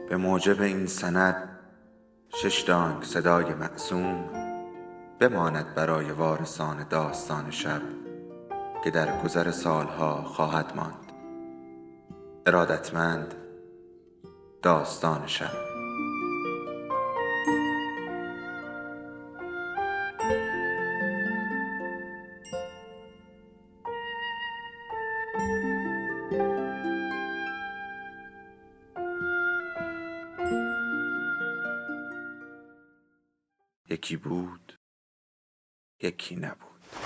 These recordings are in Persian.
به موجب این سند 6 دانگ صدای معصوم بماند برای وارثان داستان شب که در گذر سالها خواهد ماند. ارادتمند، داستان شب. یکی بود، یکی نبود.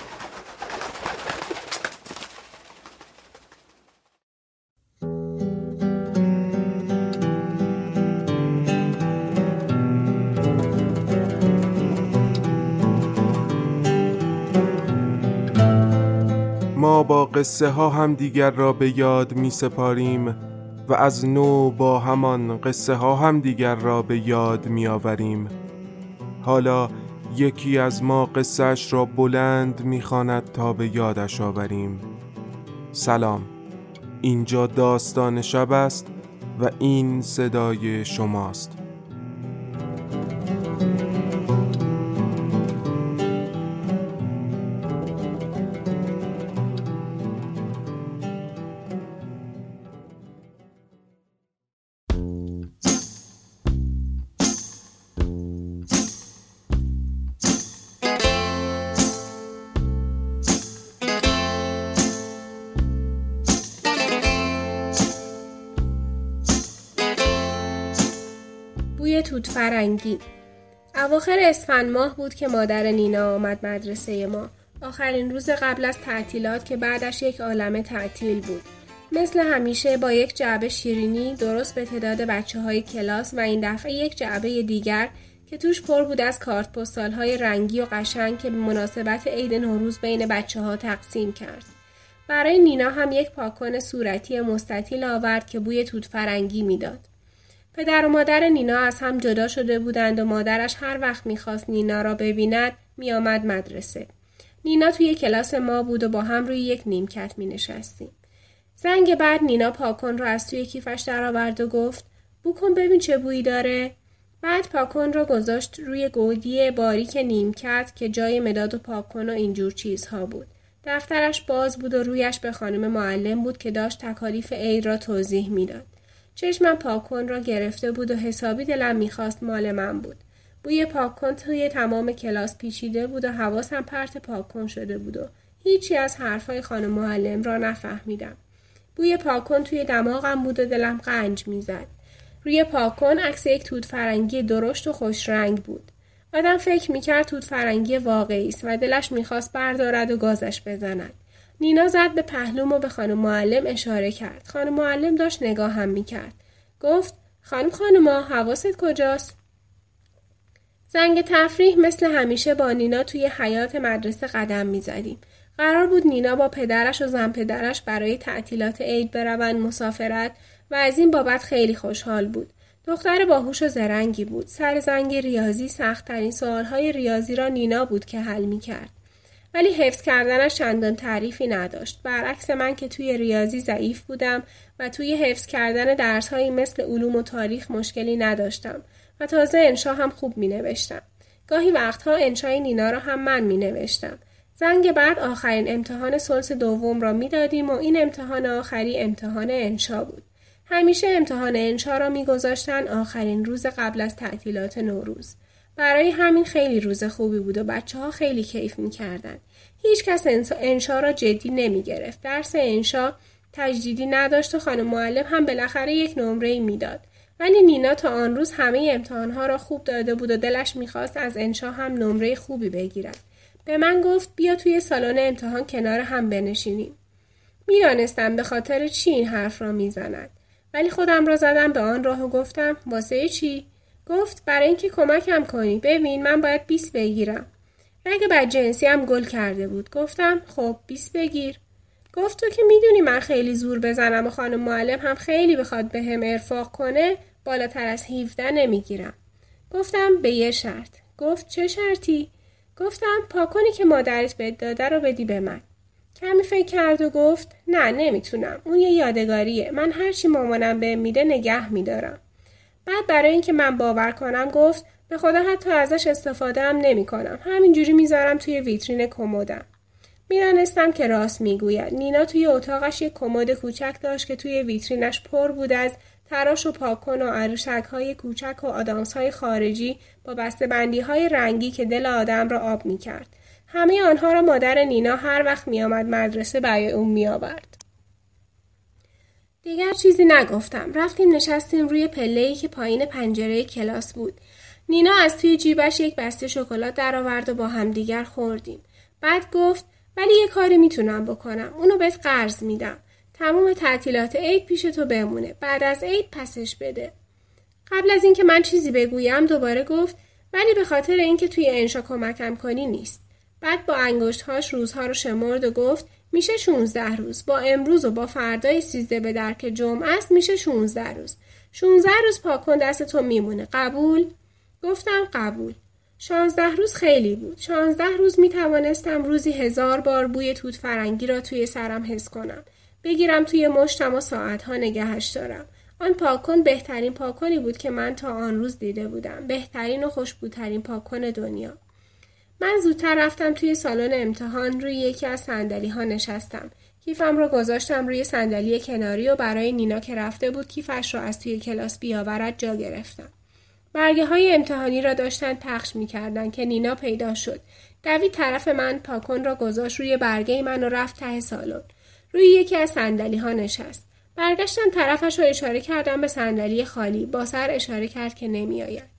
ما با قصه ها هم دیگر را به یاد می سپاریم و از نو با همان قصه ها هم دیگر را به یاد می آوریم. حالا یکی از ما قصه‌اش را بلند می‌خواند تا به یادش آوریم. سلام، اینجا داستان شب است و این صدای شماست. بوی توت فرنگی. اواخر اسفند ماه بود که مادر نینا آمد مدرسه ما. آخرین روز قبل از تعطیلات که بعدش یک عالمه تعطیل بود. مثل همیشه با یک جعبه شیرینی درست به تعداد بچه‌های کلاس و این دفعه یک جعبه دیگر که توش پر بود از کارت پستال‌های رنگی و قشنگ که به مناسبت عید نوروز بین بچه‌ها تقسیم کرد. برای نینا هم یک پاکن صورتی مستطیل آورد که بوی توت فرنگی میداد. پدر و مادر نینا از هم جدا شده بودند و مادرش هر وقت میخواست نینا را ببیند میآمد مدرسه. نینا توی کلاس ما بود و با هم روی یک نیمکت می نشستیم. زنگ بعد نینا پاکن را از توی کیفش درآورد و گفت بو کن ببین چه بویی داره. بعد پاکن را گذاشت روی گودی باریک نیمکت که جای مداد و پاکن و اینجور چیزها بود. دفترش باز بود و رویش به خانم معلم بود که داشت تکالیف عید را توضیح میداد. چشمم پاکن را گرفته بود و حسابی دلم میخواست مال من بود. بوی پاکن توی تمام کلاس پیچیده بود و حواسم پرت پاکن شده بود و هیچی از حرفای خانم معلم را نفهمیدم. بوی پاکن توی دماغم بود و دلم قنج میزد. روی پاکن عکس یک توت فرنگی درشت و خوش رنگ بود. آدم فکر میکرد توت فرنگی واقعی است و دلش میخواست بردارد و گازش بزند. نینا زد به پهلوم و به خانم معلم اشاره کرد. خانم معلم داشت نگاه هم میکرد. گفت خانوما حواست کجاست؟ زنگ تفریح مثل همیشه با نینا توی حیاط مدرسه قدم میزدیم. قرار بود نینا با پدرش و زن پدرش برای تعطیلات عید بروند مسافرت و از این بابت خیلی خوشحال بود. دختر باهوش و زرنگی بود. سر زنگ ریاضی سخت‌ترین سوالهای ریاضی را نینا بود که حل میکرد. ولی حفظ کردنش چندان تعریفی نداشت. برعکس من که توی ریاضی ضعیف بودم و توی حفظ کردن درس‌هایی مثل علوم و تاریخ مشکلی نداشتم و تازه انشا هم خوب می‌نوشتم. گاهی وقتها انشای نینا را هم من می‌نوشتم. زنگ بعد آخرین امتحان ثلث دوم را می‌دادیم و این امتحان آخری امتحان انشا بود. همیشه امتحان انشا را می‌گذاشتن آخرین روز قبل از تعطیلات نوروز. برای همین خیلی روز خوبی بود و بچه‌ها خیلی کیف می‌کردن. هیچ کس انشا را جدی نمی‌گرفت. درس انشا تجدیدی نداشت و خانم معلم هم بالاخره یک نمره میداد. ولی نینا تا آن روز همه امتحان‌ها را خوب داده بود و دلش می‌خواست از انشا هم نمره خوبی بگیرد. به من گفت بیا توی سالن امتحان کنار هم بنشینیم. می‌دانستم به خاطر چی این حرف را می‌زند. ولی خودم را زدم به آن راه و گفتم واسه چی؟ گفت برای اینکه کمکم کنی. ببین من باید 20 بگیرم. رگ بدجنسی هم گل کرده بود. گفتم خب 20 بگیر. گفت تو که میدونی من خیلی زور بزنم و خانم معلم هم خیلی بخواد بهم ارفاق کنه بالاتر از 17 نمیگیرم. گفتم به یه شرط. گفت چه شرطی؟ گفتم پاکنی که مادرت بهت داده رو بدی به من. کمی فکر کرد و گفت نه نمیتونم. اون یه یادگاریه. من هرچی مامانم بهم میده نگه میدارم. بعد برای اینکه من باور کنم گفت به خدا حتی ازش استفاده هم نمی کنم. همینجوری میذارم توی ویترین کمدم. میدانستم که راست میگوید. نینا توی اتاقش یک کمد کوچک داشت که توی ویترینش پر بود از تراش و پاکن و عروسک‌های کوچک و آدامس‌های خارجی با بسته‌بندی‌های رنگی که دل آدم را آب می‌کرد. همه آنها را مادر نینا هر وقت می‌آمد مدرسه برای اون می‌آورد. دیگر چیزی نگفتم. رفتیم نشستیم روی پله‌ای که پایین پنجره کلاس بود. نینا از توی جیبش یک بسته شکلات درآورد و با همدیگر خوردیم. بعد گفت ولی یه کاری میتونم بکنم. اونو بهت قرض میدم. تمام تعطیلات عید پیش تو بمونه. بعد از عید پسش بده. قبل از اینکه من چیزی بگویم دوباره گفت ولی به خاطر اینکه توی انشا کمکم کنی نیست. بعد با انگشت‌هاش روزها رو شمرد و گفت میشه 16 روز. با امروز و با فردای 13 به درک جمعه است میشه 16 روز. 16 روز پاک کن دست تو میمونه. قبول؟ گفتم قبول. 16 روز خیلی بود. 16 روز می توانستم روزی 1000 بار بوی توت فرنگی را توی سرم حس کنم. بگیرم توی مشتم و ساعتها نگهش دارم. آن پاکن بهترین پاکنی بود که من تا آن روز دیده بودم. بهترین و خوشبوترین پاکن دنیا. من زودتر رفتم توی سالن امتحان روی یکی از صندلی‌ها نشستم. کیفم را گذاشتم روی صندلی کناری و برای نینا که رفته بود کیفش را از توی کلاس بیاورد جا گرفتم. برگه های امتحانی را داشتن پخش می کردن که نینا پیدا شد. دوید طرف من پاکن را گذاشت روی برگه من و رفت ته سالن. روی یکی از صندلی ها نشست. برگشتم طرفش رو اشاره کردم به صندلی خالی. با سر اشاره کرد که نمی آید.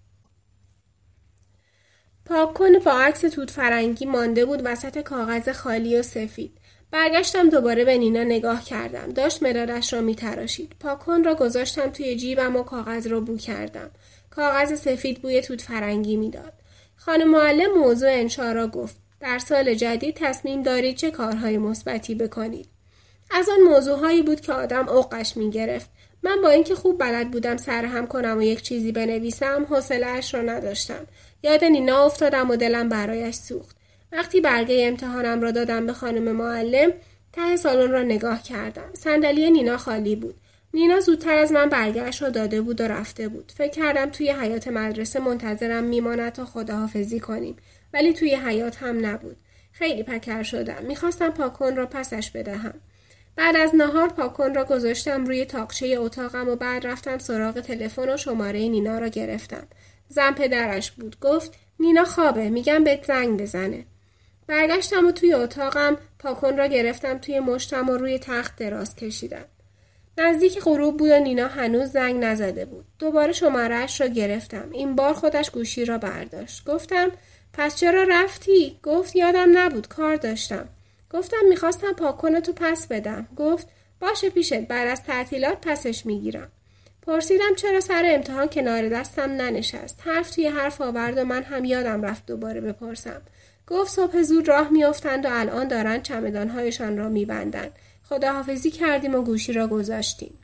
پاکن با عکس توت فرنگی مانده بود وسط کاغذ خالی و سفید. برگشتم دوباره به نینا نگاه کردم. داشت مدادش را می تراشید. پاکن را گذاشتم توی جیبم و کاغذ را بو کردم. کاغذ سفید بوی توت فرنگی میداد. خانم معلم موضوع انشا را گفت. در سال جدید تصمیم دارید چه کارهای مثبتی بکنید. از آن موضوعهایی بود که آدم عقش میگرفت. من با اینکه خوب بلد بودم سرهم کنم و یک چیزی بنویسم حوصله‌اش را نداشتم. یاد نینا افتادم و دلم برایش سوخت. وقتی برگه امتحانم را دادم به خانم معلم ته سالن را نگاه کردم. صندلی نینا خالی بود. نینا زودتر از من برگه‌اش را داده بود و رفته بود. فکر کردم توی حیاط مدرسه منتظرم میماند تا خداحافظی کنیم. ولی توی حیاط هم نبود. خیلی پکر شدم. میخواستم پاکن را پسش بدهم. بعد از نهار پاکن را گذاشتم روی تاقچه اتاقم و بعد رفتم سراغ تلفن و شماره نینا را گرفتم. زن پدرش بود. گفت نینا خوابه. میگم بهت زنگ بزنه. برگشتم و توی اتاقم پاکن را گرفتم توی مشتم و روی تخت دراز کشیدم. نزدیک غروب بود و نینا هنوز زنگ نزده بود. دوباره شماره‌اش را گرفتم. این بار خودش گوشی را برداشت. گفتم پس چرا رفتی؟ گفت یادم نبود کار داشتم. گفتم میخواستم پاکنتو پس بدم. گفت باشه پیشت بعد از تعطیلات پسش میگیرم. پرسیدم چرا سر امتحان کنار دستم ننشست. حرف توی حرف آورد و من هم یادم رفت دوباره بپرسم. گفت صبح زود راه میافتند و الان دارن چمدانهایشان را میبندن. خداحافظی کردیم و گوشی را گذاشتیم.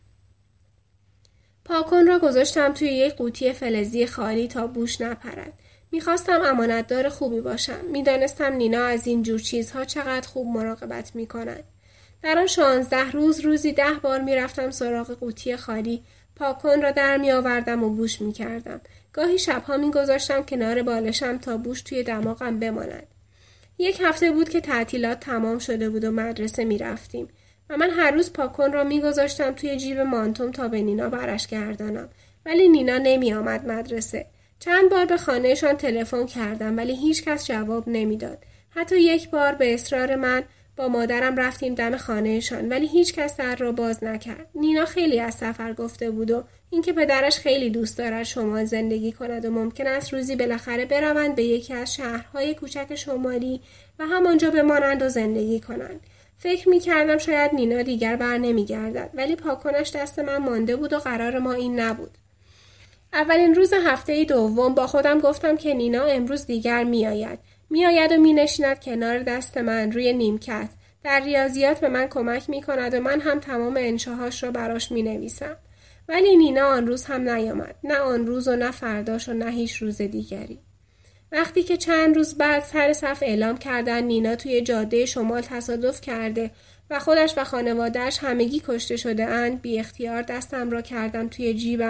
پاکن را گذاشتم توی یک قوطی فلزی خالی تا بوش نپرد. میخواستم امانتدار خوبی باشم. میدانستم نینا از این جور چیزها چقدر خوب مراقبت میکنند. در آن 16 روز روزی 10 بار میرفتم سراغ قوطی خالی. پاکن را در میآوردم و بوش میکردم. گاهی شبها میگذاشتم کنار بالشم تا بوش توی دماغم بماند. یک هفته بود که تعطیلات تمام شده بود و مدرسه میرفتیم. و من هر روز پاکن را میگذاشتم توی جیب مانتوم تا به نینا برش گردانم. ولی نینا نمی آمد مدرسه. چند بار به خانهشان تلفن کردم ولی هیچ کس جواب نمیداد. حتی یک بار به اصرار من با مادرم رفتیم دم خانهشان ولی هیچ کس در را باز نکرد. نینا خیلی از سفر گفته بود و اینکه پدرش خیلی دوست دارد شمال زندگی کند و ممکن است روزی بالاخره بروند به یکی از شهرهای کوچک شمالی و همانجا بمانند و زندگی کنند. فکر می‌کردم شاید نینا دیگر بر نمی‌گردد ولی پاکنش دست من مانده بود و قرار ما این نبود. اولین روز هفته دوم با خودم گفتم که نینا امروز دیگر میآید و مینشیند کنار دست من روی نیمکت. در ریاضیات به من کمک میکند و من هم تمام انشاهاش را براش مینویسم. ولی نینا آن روز هم نیامد. نه آن روز و نه فرداش و نه هیچ روز دیگری. وقتی که چند روز بعد سر صف اعلام کردن نینا توی جاده شمال تصادف کرده و خودش و خانواده‌اش همگی کشته شده اند، بی اختیار دستم را کردم توی جیبم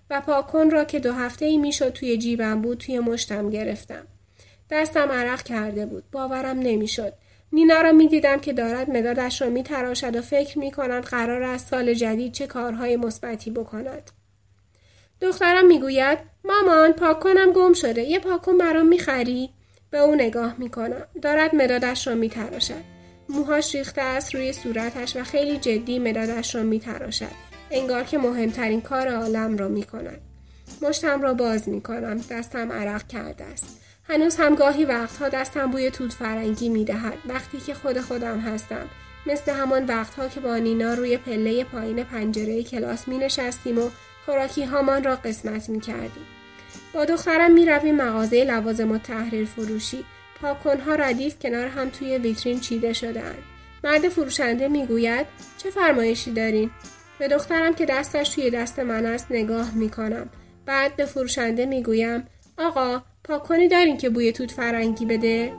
و پاکن را که 2 هفته‌ای میشد توی جیبم بود توی مشتم گرفتم. دستم عرق کرده بود. باورم نمیشد. نینا را میدیدم که دارد مدادش را میتراشد و فکر میکند قرار است سال جدید چه کارهای مثبتی بکند. دخترم میگوید مامان پاکنم گم شده. یه پاکن برام میخری؟ به او نگاه میکنم. دارد مدادش را میتراشد. موهاش ریخته است روی صورتش و خیلی جدی مدادش را میتراشد. انگار که مهمترین کار عالم را میکند. مشتم را باز میکنم. دستم عرق کرده است. هنوز هم گاهی وقتها دستم بوی توت فرنگی میدهد. وقتی که خودم هستم. مثل همان وقتها که با نینا روی پله پایین پنجره کلاس می نشستیم و خوراکی هامان را قسمت می کردیم. با دخترم می رویم مغازه لوازم و تحریر فروشی. پاکنها ردیف کنار هم توی ویترین چیده شده اند. مرد فروشنده می گوید چه فرمایشی دارین؟ به دخترم که دستش توی دست من است نگاه می کنم. بعد به فروشنده می گویم آقا پاکنی دارین که بوی توت فرنگی بده؟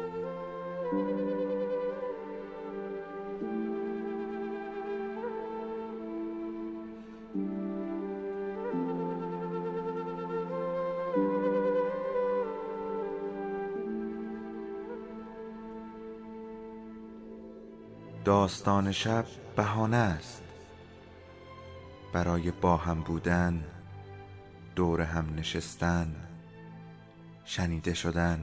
داستان شب بهانه است برای با هم بودن، دور هم نشستن، شنیده شدن.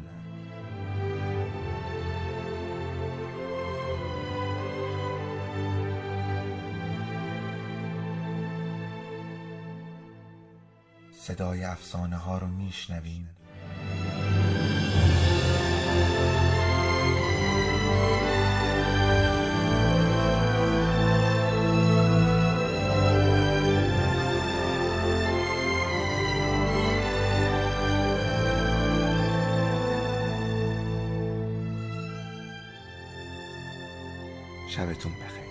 صدای افسانه ها رو میشنویم. شبتون بخیر.